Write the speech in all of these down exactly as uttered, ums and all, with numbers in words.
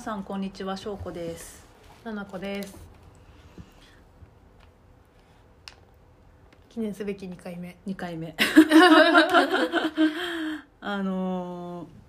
さんこんにちは、しょうこです。 ななこです。記念すべきにかいめにかいめあのー、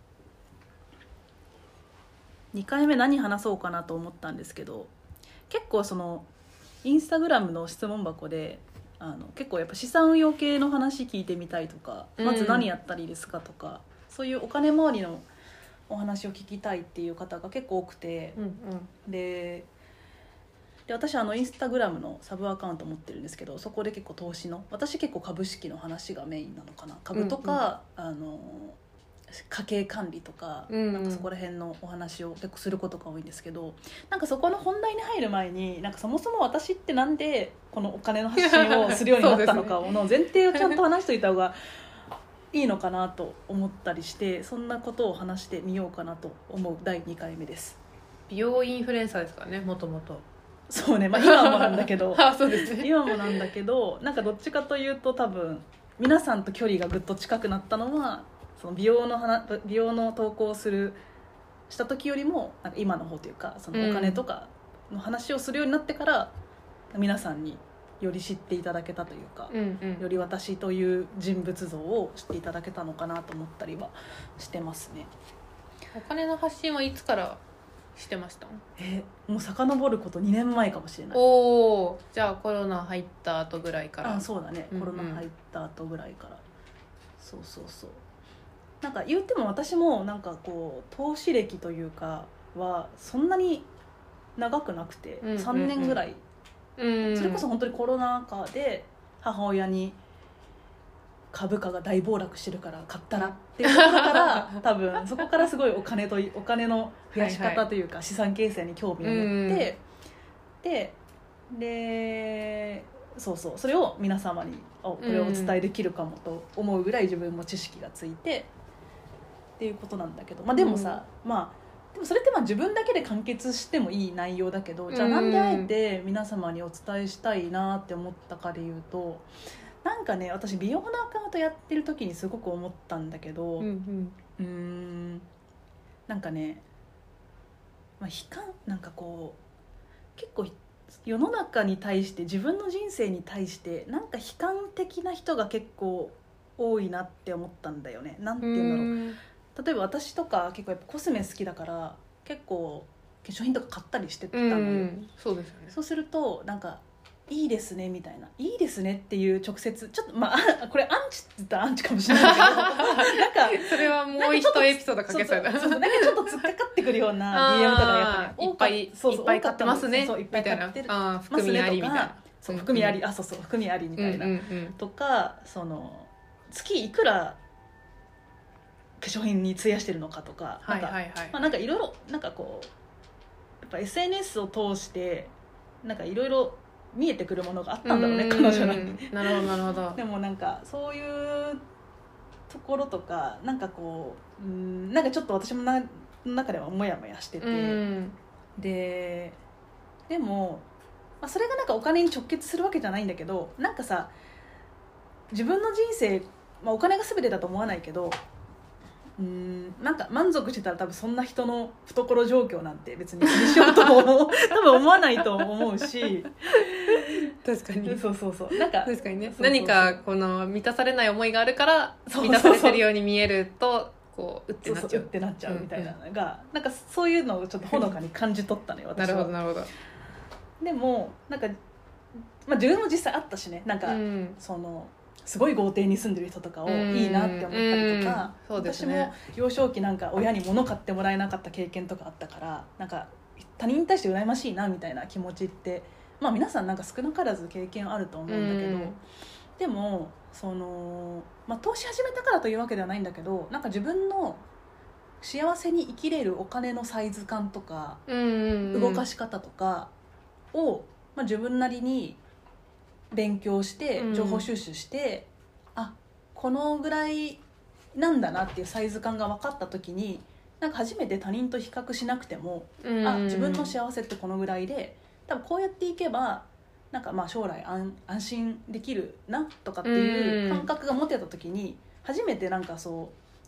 にかいめ何話そうかなと思ったんですけど、結構そのインスタグラムの質問箱であの結構やっぱ資産運用系の話聞いてみたいとか、 うん、 まず何やったらいいですかとか、そういうお金周りのお話を聞きたいっていう方が結構多くて、 うんうんでで私あのインスタグラムのサブアカウント持ってるんですけど、そこで結構投資の、私結構株式の話がメインなのかな、株とか、うんうん、あの家計管理とか、 うんうん、 なんかそこら辺のお話を結構することが多いんですけど、なんかそこの本題に入る前に、なんかそもそも私ってなんでこのお金の発信をするようになったのかの前提をちゃんと話しておいた方がいいのかなと思ったりして、そんなことを話してみようかなと思うだいにかいめです。 美容インフルエンサーですからね、もともと。 そうね、まあ、今もなんだけどあ、そうですね、 今もなんだけど、なんかどっちかというと多分皆さんと距離がぐっと近くなったのは、その美容の話美容の投稿をするした時よりもなんか今の方というか、そのお金とかの話をするようになってから、うん、皆さんにより知っていただけたというか、 うんうん、 より私という人物像を知っていただけたのかなと思ったりはしてますね。 お金の発信はいつからしてました？ えもう遡ることにねんまえかもしれない。 おお、じゃあコロナ入った後ぐらいから。 あ、そうだね、コロナ入った後ぐらいから、うんうん、そうそうそう。なんか言っても私もなんかこう投資歴というかはそんなに長くなくて、うんうんうん、さんねんぐらい、うんうん、それこそ本当にコロナ禍で母親に株価が大暴落してるから買ったらっていうところから多分そこからすごいお金とお金の増やし方というか資産形成に興味を持って、はいはい、ででそうそう、それを皆様にこれをお伝えできるかもと思うぐらい自分も知識がついてっていうことなんだけど、まあ、でもさ、うん、まあでもそれってまあ自分だけで完結してもいい内容だけど、じゃあなんであえて皆様にお伝えしたいなって思ったかでいうと、なんかね、私美容のアカウントやってる時にすごく思ったんだけど、うん、うん、うーんなんかね、まあ、悲観なんかこう結構世の中に対して自分の人生に対してなんか悲観的な人が結構多いなって思ったんだよね。なんていうんだろう、例えば私とか結構やっぱコスメ好きだから結構化粧品とか買ったりしてたのよ、うん、 そうですよね。 そうするとなんかいいですねみたいな、いいですねっていう直接ちょっとまあこれアンチって言ったらアンチかもしれないけどなんかそれはもう一エピソードかけそうだ。 そうそうそう、なんかちょっと突っかかってくるような ディーエム とかやっぱね、 いっぱいそうそういっぱい買ってますね、 そういっぱい買ってる、 あ含みありみたいな、 そう含みあり、あそうそう含みありみたいな、うんうんうん、とかその月いくら化粧品に費やしてるのかとか、なんか、はいはいはい、まあ、なんかいろいろなんかこうやっぱ エスエヌエス を通してなんかいろいろ見えてくるものがあったんだろうね、彼女なんて。 なるほどなるほど。 でもなんかそういうところとかなんかこう、うん、なんかちょっと私もなの中ではモヤモヤしてて、ででも、まあ、それがなんかお金に直結するわけじゃないんだけど、なんかさ自分の人生、まあ、お金が全てだと思わないけど、うーんなんか満足してたら多分そんな人の懐状況なんて別に気にしようとも多分思わないと思うし確かにそうそうそう、なんか確かにね、そうそうそう、何かこの満たされない思いがあるから満たされてるように見えるとこううってなっちゃう、 そうそううってなっちゃうみたいなのが、うんうん、なんかそういうのをちょっとほのかに感じ取ったのよ私は。 なるほどなるほど。 でもなんか、まあ、自分も実際あったしね、なんか、うん、そのすごい豪邸に住んでる人とかをいいなって思ったりとか、うんうん、私も幼少期なんか親に物買ってもらえなかった経験とかあったから、なんか他人に対して羨ましいなみたいな気持ちって、まあ、皆さんなんか少なからず経験あると思うんだけど、うん、でもその、まあ、投資始めたからというわけではないんだけど、なんか自分の幸せに生きれるお金のサイズ感とか、うんうんうん、動かし方とかを、まあ、自分なりに勉強して情報収集して、うん、あこのぐらいなんだなっていうサイズ感が分かった時に、なんか初めて他人と比較しなくても、うん、あ自分の幸せってこのぐらいで多分こうやっていけばなんかまあ将来安、安心できるなとかっていう感覚が持てた時に初めてなんかそう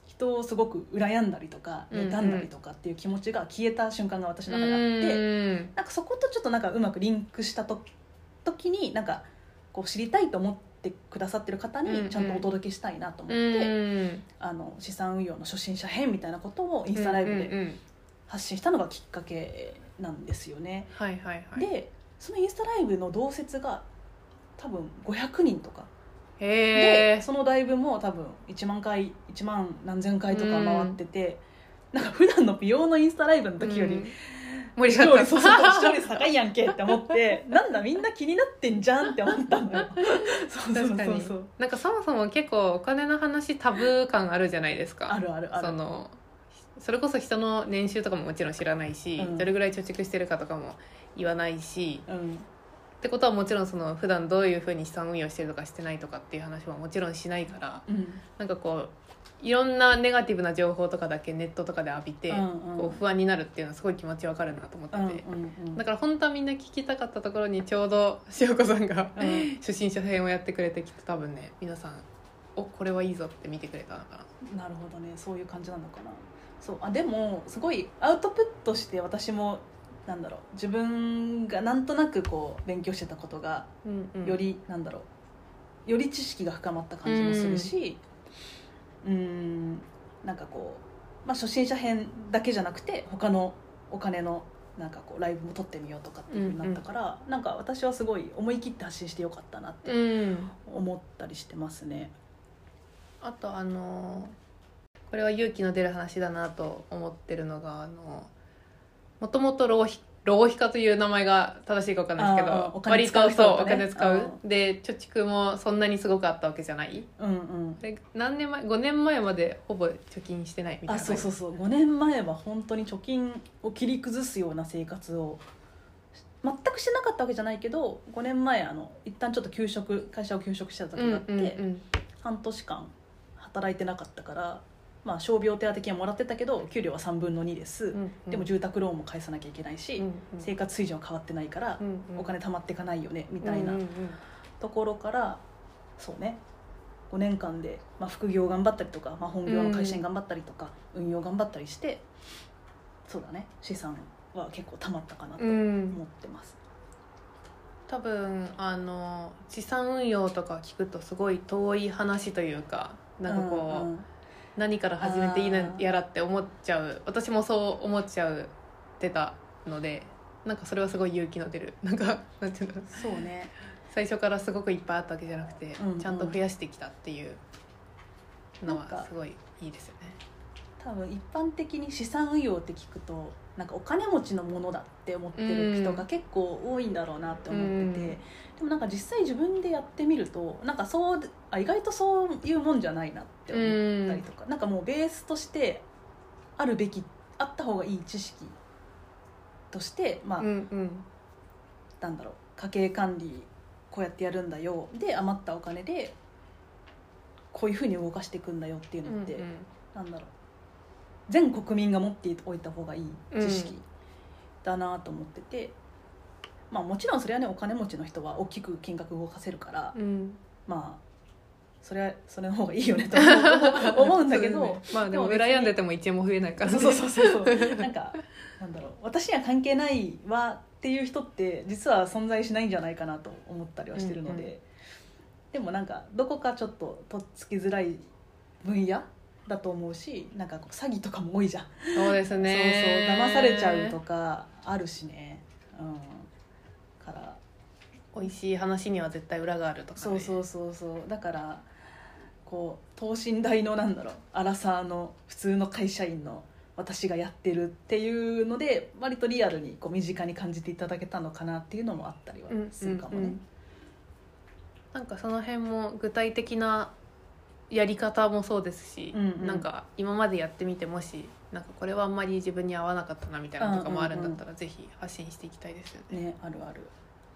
人をすごく羨んだりとか妬んだりとかっていう気持ちが消えた瞬間が私の中であって、 うんなんかそことちょっとなんかうまくリンクしたと時になんかこう知りたいと思ってくださってる方にちゃんとお届けしたいなと思って、 うんあの資産運用の初心者編みたいなことをインスタライブでうんうんうん発信したのがきっかけなんですよね。 はいはいはい。 でそのインスタライブの同説が多分ごひゃくにんとかへー、 でそのライブも多分いちまんかいいちまん何千回とか回ってて、うん、なんか普段の美容のインスタライブの時より、うん盛り上がった。 そうそう視聴率高いやんけって思ってなんだみんな気になってんじゃんって思ったのよ。そうそうそうそう。 なんかそもそも結構お金の話タブー感あるじゃないですか。 あるあるある。 そのそれこそ人の年収とかももちろん知らないし、うん、どれぐらい貯蓄してるかとかも言わないし、うん、ってことはもちろんその普段どういうふうに資産運用してるとかしてないとかっていう話はもちろんしないから、うん、なんかこういろんなネガティブな情報とかだけネットとかで浴びて、うんうん、こう不安になるっていうのはすごい気持ちわかるなと思ってて、うんうんうん、だから本当はみんな聞きたかったところにちょうど塩子さんが、うん、初心者編をやってくれてきっと多分ね皆さんおこれはいいぞって見てくれたのかな。なるほどね、そういう感じなのかな。そうあでもすごいアウトプットして私もなんだろう自分がなんとなくこう勉強してたことが、うんうん、よりなんだろうより知識が深まった感じもするし、うん、うーんなんかこう、まあ、初心者編だけじゃなくて他のお金のなんかこうライブも撮ってみようとかっていう風になったから、うんうん、なんか私はすごい思い切って発信してよかったなって思ったりしてますね。 うん、あとあのこれは勇気の出る話だなと思ってるのがあのもともと浪費浪費家という名前が正しいか分かんないですけど、割とそうお金使うで貯蓄もそんなにすごくあったわけじゃない、うんうん、で何年前ごねんまえまでほぼ貯金してないみたいな。 あそうそうそうごねんまえは本当に貯金を切り崩すような生活を全くしてなかったわけじゃないけどごねんまえあの一旦ちょっと休職会社を休職してた時があって、うんうんうん、半年間働いてなかったからまあ、傷病手当金はもらってたけど給料はさんぶんのにです、うんうん、でも住宅ローンも返さなきゃいけないし、うんうん、生活水準は変わってないから、うんうん、お金貯まっていかないよねみたいなところから、うんうんうん、そうねごねんかんで、まあ、副業頑張ったりとか、まあ、本業の会社員頑張ったりとか、うん、運用頑張ったりしてそうだね資産は結構貯まったかなと思ってます、 うん、多分あの資産運用とか聞くとすごい遠い話というかなんかこう、うんうん何から始めていいのやらって思っちゃう私もそう思っちゃうってたのでなんかそれはすごい勇気の出るなんかなんていうのそうね最初からすごくいっぱいあったわけじゃなくて、うんうん、ちゃんと増やしてきたっていうのはすごいいいですよね。 多分一般的に資産運用って聞くとなんかお金持ちのものだって思ってる人が結構多いんだろうなって思ってて、うん、でもなんか実際自分でやってみるとなんかそうあ意外とそういうもんじゃないなって思ったりとか、うん、なんかもうベースとしてあるべきあった方がいい知識としてまあ、うんうん、なんだろう家計管理こうやってやるんだよで余ったお金でこういうふうに動かしていくんだよっていうのって、うんうん、なんだろう全国民が持っておいた方がいい知識だなと思ってて、うんまあ、もちろんそれはねお金持ちの人は大きく金額動かせるから、うん、まあそれはそれの方がいいよねと思うんだけどね、まあでも羨んでてもいちえんも増えないから、 ね、そうそうそうそうなんかなんだろう私には関係ないわっていう人って実は存在しないんじゃないかなと思ったりはしてるので、うんうん、でもなんかどこかちょっととっつきづらい分野だと思うしなんかこう詐欺とかも多いじゃん。 そうですねそうそう騙されちゃうとかあるしね、うん、から美味しい話には絶対裏があるとか、ね、 そうそうそうそうだからこう等身大のなんだろうアラサーの普通の会社員の私がやってるっていうので割とリアルにこう身近に感じていただけたのかなっていうのもあったりはするかもね、うんうんうん、 なんかその辺も具体的なやり方もそうですし、うんうん、なんか今までやってみてもしなんかこれはあんまり自分に合わなかったなみたいなのとかもあるんだったら、うんうんうん、ぜひ発信していきたいですよね。 ね、あるある。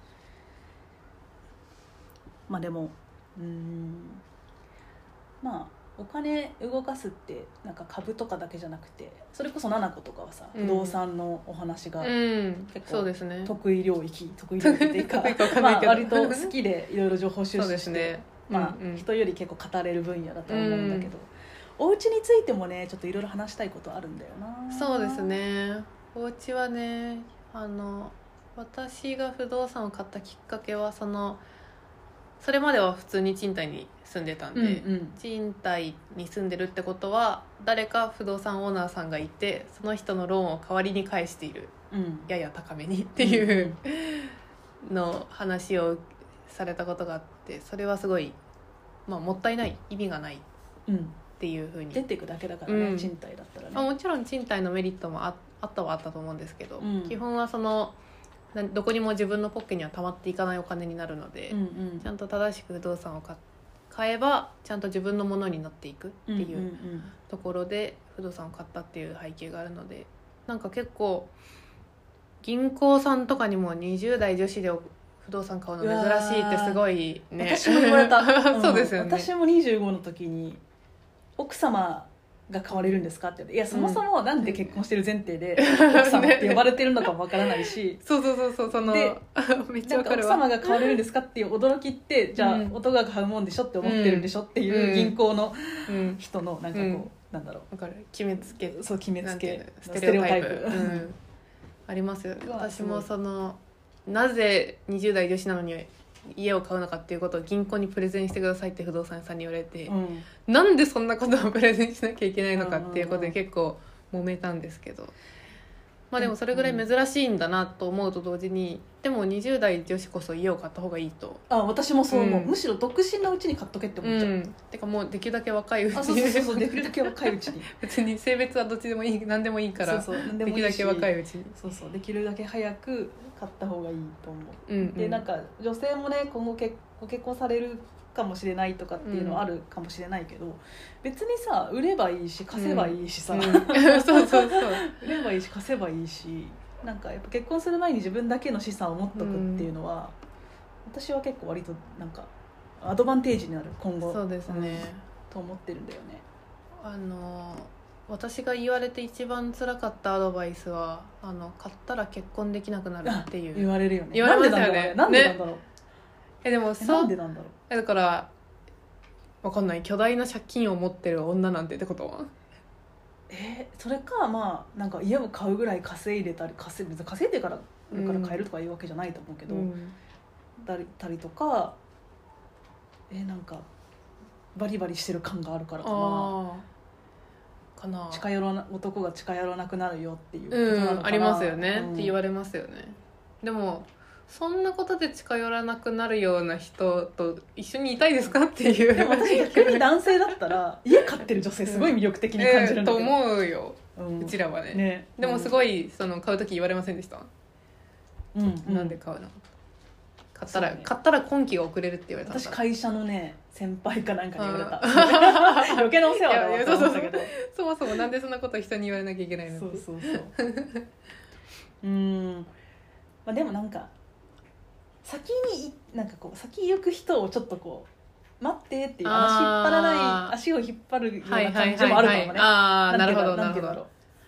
まあでもうーんまあお金動かすってなんか株とかだけじゃなくてそれこそナナコとかはさ、うん、不動産のお話が結構得意領域、うんね、得意領域っていうかまあ割と好きでいろいろ情報収集して、ねまあうんうん、人より結構語れる分野だと思うんだけど、 お家についてもねちょっといろいろ話したいことあるんだよな。 そうですね。お家はね、あの私が不動産を買ったきっかけはそのそれまでは普通に賃貸に住んでたんで、 うんうん、 賃貸に住んでるってことは誰か不動産オーナーさんがいてその人のローンを代わりに返している、 うん、 やや高めにっていうの話をされたことがあって、それはすごい、まあ、もったいない、意味がないっていうふうに、 出ていくだけだからね、うん、賃貸だったらね、 まあ、もちろん賃貸のメリットも あ, あったはあったと思うんですけど、 うん、 基本はそのどこにも自分のポッケには溜まっていかないお金になるので、 うんうん、 ちゃんと正しく不動産を買買えばちゃんと自分のものになっていくっていうところで不動産を買ったっていう背景があるので、なんか結構銀行さんとかにもにじゅう代女子で不動産買うの珍しいってすごいね。 私も言われた、 うん、そうですよね。 私もにじゅうごの時に奥様が買われるんですかって言って、いやそもそもなんで結婚してる前提で奥様って呼ばれてるのかもわからないしそうそうそうそう、そのでめっちゃわかるわ。 なんか奥様が買われるんですかっていう驚きって、じゃあ、うん、男が買うもんでしょって思ってるんでしょっていう銀行の人のなんかこう、うん、なんだろう、 わかる、決めつけ、 そう決めつけステレオタイプ、うん、ありますよ。私もそのなぜにじゅう代女子なのに家を買うのかっていうことを銀行にプレゼンしてくださいって不動産屋さんに言われて、うん、なんでそんなことをプレゼンしなきゃいけないのかっていうことで結構揉めたんですけど、まあでもそれぐらい珍しいんだなと思うと同時に、でもにじゅう代女子こそ家を買った方がいいと。 あ、私もそう思う、うん、むしろ独身のうちに買っとけって思っちゃう、うん、 てかもうできるだけ若いうちに、 あ、そうそうそう、できるだけ若いうちに別に性別はどっちでもいい、何でもいいから、そうそう、できるだけ若いうちに、 そうそう、できるだけ早く買った方がいいと思う、 うんうん、 でなんか女性もね今後結ご結婚されるかもしれないとかっていうのはあるかもしれないけど、うん、別にさ売ればいいし貸せばいいしさ、うんうん、 そうそうそう売ればいいし貸せばいいし、なんかやっぱ結婚する前に自分だけの資産を持っとくっていうのは、うん、私は結構割となんかアドバンテージになる今後。 そうですね、 うん、と思ってるんだよね。 あの私が言われて一番辛かったアドバイスは、あの買ったら結婚できなくなるっていう。 言われるよね。 言われますよね。 なんでなんだろう、ね、 えでもそうなんでなんだろう、 だからわかんない、巨大な借金を持ってる女なんてってことは、 えー、それかまあなんか家を買うぐらい稼いでたり、稼い別に稼いでからだから買えるとかいうわけじゃないと思うけど、うん、だたりとか、えー、なんかバリバリしてる感があるからかな。 かな、 近寄らな男が近寄らなくなるよっていうことなのかな、 うん、ありますよね、 うん、 って言われますよね。でもそんなことで近寄らなくなるような人と一緒にいたいですかっていう。 でも私逆に男性だったら家買ってる女性すごい魅力的に感じるんだけど、 えー、と思うよ、うん、うちらは ね, ねでもすごいその買う時言われませんでした、うんうん、なんで買うの、買ったら、ね、買ったら今期が遅れるって言われたんだ。 私会社のね先輩かなんかに言われた余計なお世話だわと思ったけど、 そもそもなんでそんなこと人に言われなきゃいけないの。 そうそうそううーん、まあ、でもなんか先になんかこう先行く人をちょっとこう待ってっていう、足引っ張らない足を引っ張るような感じもあるかもね。 ああ、なるほどなるほど。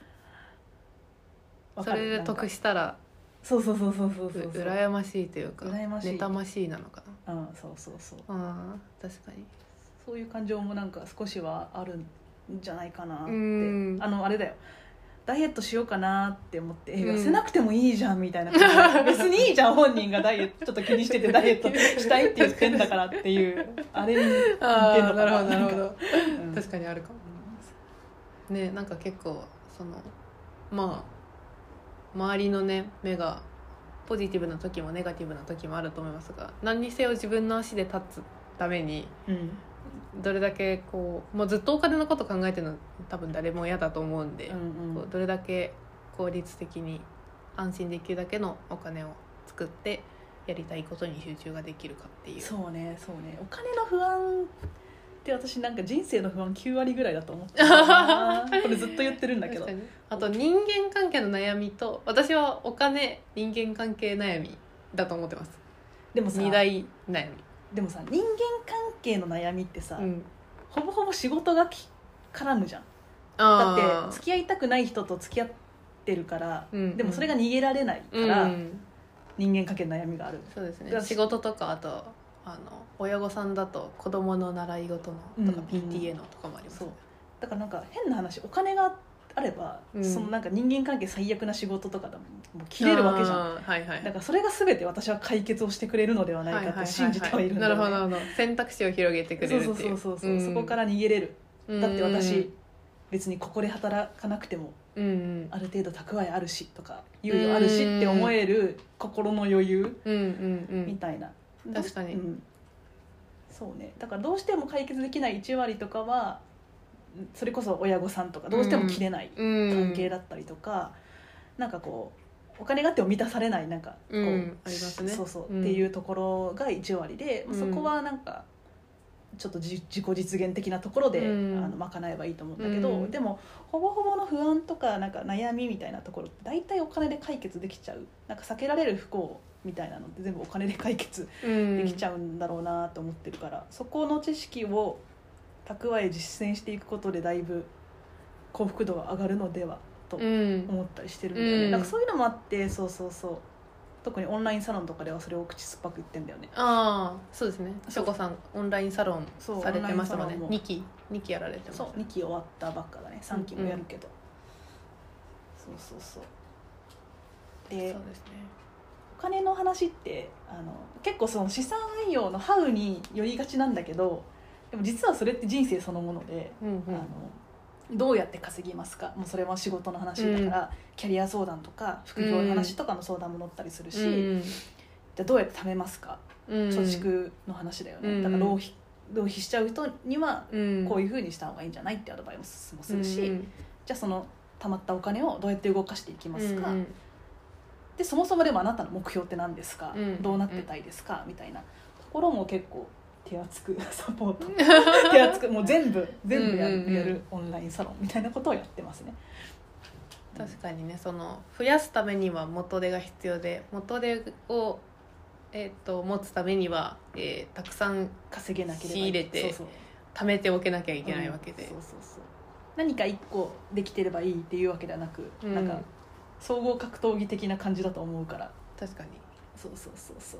それで得したら、 そうそうそうそうそうそう、 羨ましいというか妬ましいなのかな。 うん、そうそうそう、 あ確かにそういう感情もなんか少しはあるんじゃないかなって。あのあれだよ、ダイエットしようかなって思って、え痩せなくてもいいじゃんみたいな感じで、別にいいじゃん本人がダイエットちょっと気にしててダイエットしたいって言ってんだからっていうあれに似てんのかな。 あなるほどなるほど、うん、確かにあるかもね。なんか結構そのまあ周りのね目がポジティブな時もネガティブな時もあると思いますが、何にせよ自分の足で立つために、うんどれだけこうもうずっとお金のこと考えてるの多分誰も嫌だと思うんで、うんうん、こうどれだけ効率的に安心できるだけのお金を作ってやりたいことに集中ができるかっていう。 そうねそうね、お金の不安って私なんか人生の不安きゅう割ぐらいだと思ってるなこれずっと言ってるんだけど。 あと人間関係の悩みと、私はお金人間関係悩みだと思ってます。 でもさ二大悩みでもさ、人間関係の悩みってさ、うん、ほぼほぼ仕事がき絡むじゃん。だって付き合いたくない人と付き合ってるから、うんうん、でもそれが逃げられないから、うん、人間関係の悩みがある。 そうですね、仕事とかあとあの親御さんだと子供の習い事のとか、うん、ピーティーエー のとかもあります、ね、 そうだからなんか変な話お金があれば、うん、そのなんか人間関係最悪な仕事とかでももう切れるわけじゃん、 はいはい、 だからそれが全て私は解決をしてくれるのではないかって信じてはいるんだよね、 はいはいはいはい、なるほどなるほど、選択肢を広げてくれるっていう、 そうそうそうそう、うん、そこから逃げれる、うん、だって私別にここで働かなくても、うん、ある程度蓄えあるしとか猶予あるしって思える心の余裕、うんうんうん、みたいな、 確かに、うん、 そうね、だからどうしても解決できないいち割とかはそれこそ親御さんとかどうしても切れない関係だったりとか、うん、なんかこうお金があっても満たされないなんかこう、うん、ありますね、そうそう、うん、っていうところがいち割で、うん、そこはなんかちょっと自己実現的なところで、うん、あの賄えばいいと思うんだけど、うん、でもほぼほぼの不安とか、なんか悩みみたいなところって大体お金で解決できちゃう、なんか避けられる不幸みたいなのって全部お金で解決できちゃうんだろうなと思ってるから、うん、そこの知識を蓄え実践していくことでだいぶ幸福度が上がるのではと思ったりしてるんだよね、うん、なんかそういうのもあって、そうそうそう、特にオンラインサロンとかではそれを口酸っぱく言ってんだよね。 ああ、そうですね、しょこさんオンラインサロンされてましたもんね。にきにきやられてます。 そう、にき終わったばっかだね。さんきもやるけど、うんうん、そうそうそう。で、そうですね、お金の話ってあの結構その資産運用のハウに寄りがちなんだけど、でも実はそれって人生そのもので、うんうん、あのどうやって稼ぎますか、もうそれは仕事の話だから、うん、キャリア相談とか副業の話とかの相談も載ったりするし、うん、じゃあどうやって貯めますか、うん、貯蓄の話だよね、うん、だから浪費、浪費しちゃう人にはこういう風にした方がいいんじゃないってアドバイスもするし、うん、じゃあその貯まったお金をどうやって動かしていきますか、うん、でそもそもでもあなたの目標って何ですか、うん、どうなってたいですかみたいなところも結構手厚くサポート手厚くもう全部全部やる、うんうんうん、やるオンラインサロンみたいなことをやってますね。 確かにね、その増やすためには元手が必要で、元手を、えー、と持つためには、えー、たくさん稼げなければ仕入れてそうそう貯めておけなきゃいけないわけで、うん、そうそうそう、 何か一個できてればいいっていうわけではなく、うん、なんか総合格闘技的な感じだと思うから。 確かに、 そうそうそうそう、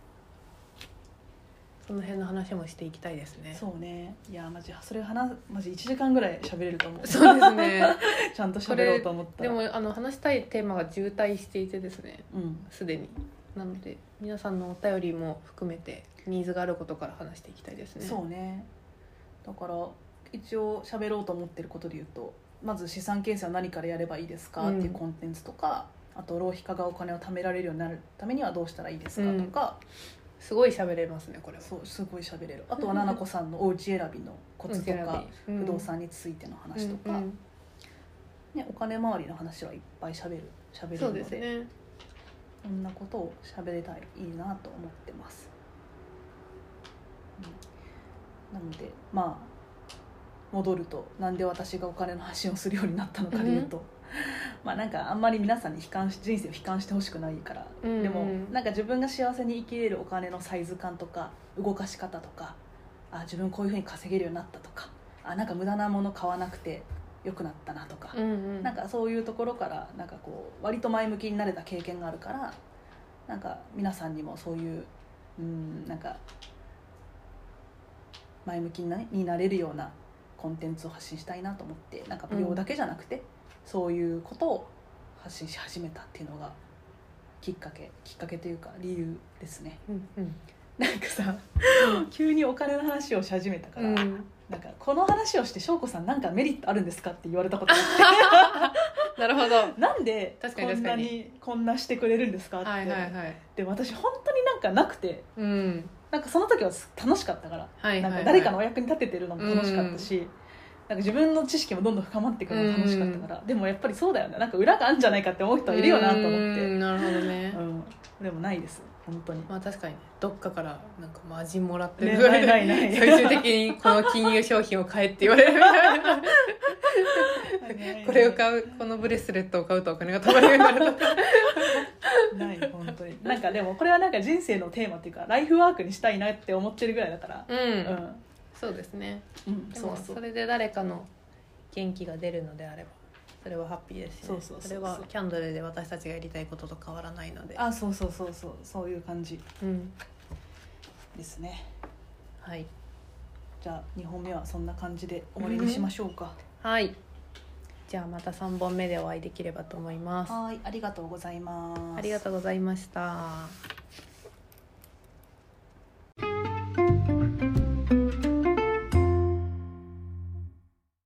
その辺の話もしていきたいですね。 そうね、いやマジそれ話マジいちじかんぐらい喋れると思う。 そうですねちゃんと喋ろうと思ったら。 でもあの話したいテーマが渋滞していてですね、すで、うん、になので皆さんのお便りも含めてニーズがあることから話していきたいですね。 そうね、だから一応喋ろうと思ってることで言うと、まず資産形成は何からやればいいですか、うん、っていうコンテンツとか、あと浪費家がお金を貯められるようになるためにはどうしたらいいですか、うん、とか、 すごい喋れますねこれは。 そう、すごい喋れる。あとはななこさんのお家選びのコツとか、うん、不動産についての話とか、うんうんね、お金回りの話はいっぱい喋る喋れるので、そうですね、そんなことを喋れたらいいなと思ってます、うん、なのでまあ戻ると、なんで私がお金の発信をするようになったのかでいうと、うん、まあなんかあんまり皆さんに悲観し人生を悲観してほしくないから、うんうん、でもなんか自分が幸せに生きれるお金のサイズ感とか動かし方とか、あ自分こういう風に稼げるようになったとか、あなんか無駄なもの買わなくて良くなったなとか、うんうん、なんかそういうところからなんかこう割と前向きになれた経験があるから、なんか皆さんにもそういう、うん、なんか前向きになれるようなコンテンツを発信したいなと思って、なんか美容だけじゃなくて、うん、そういうことを発信し始めたっていうのがきっかけきっかけというか理由ですね、うんうん、なんかさ急にお金の話をし始めたから、うん、なんかこの話をして翔子さんなんかメリットあるんですかって言われたことがあってなるほど、 なんでこんなにこんなしてくれるんですかって、はいはいはい、でも私本当になんかなくて、うん、なんかその時は楽しかったから、はいはいはい、なんか誰かのお役に立ててるのも楽しかったし、うん、なんか自分の知識もどんどん深まっていくのも楽しかったから、うん、でもやっぱりそうだよね、なんか裏があるんじゃないかって思う人はいるよなと思って、うん、 なるほどね、 うん、でもないです本当に。 まあ確かに、ね、どっかからなんかマジンもらってる、 ね、ないないない最終的にこの金融商品を買えって言われるみたいなこれを買う、このブレスレットを買うとお金が貯まるようになるとかない本当に。なんかでもこれはなんか人生のテーマっていうかライフワークにしたいなって思ってるぐらいだから、 うん、うん、そうですね、うん、でもそれで誰かの元気が出るのであればそれはハッピーですし、ね、そうそうそうそう、それはキャンドルで私たちがやりたいことと変わらないので、 あそうそうそうそう、そういう感じ、うん、ですね。 はい、 じゃあにほんめはそんな感じで終わりにしましょうか、 はいじゃあまたさんぼんめでお会いできればと思います。 はいありがとうございます。 ありがとうございました。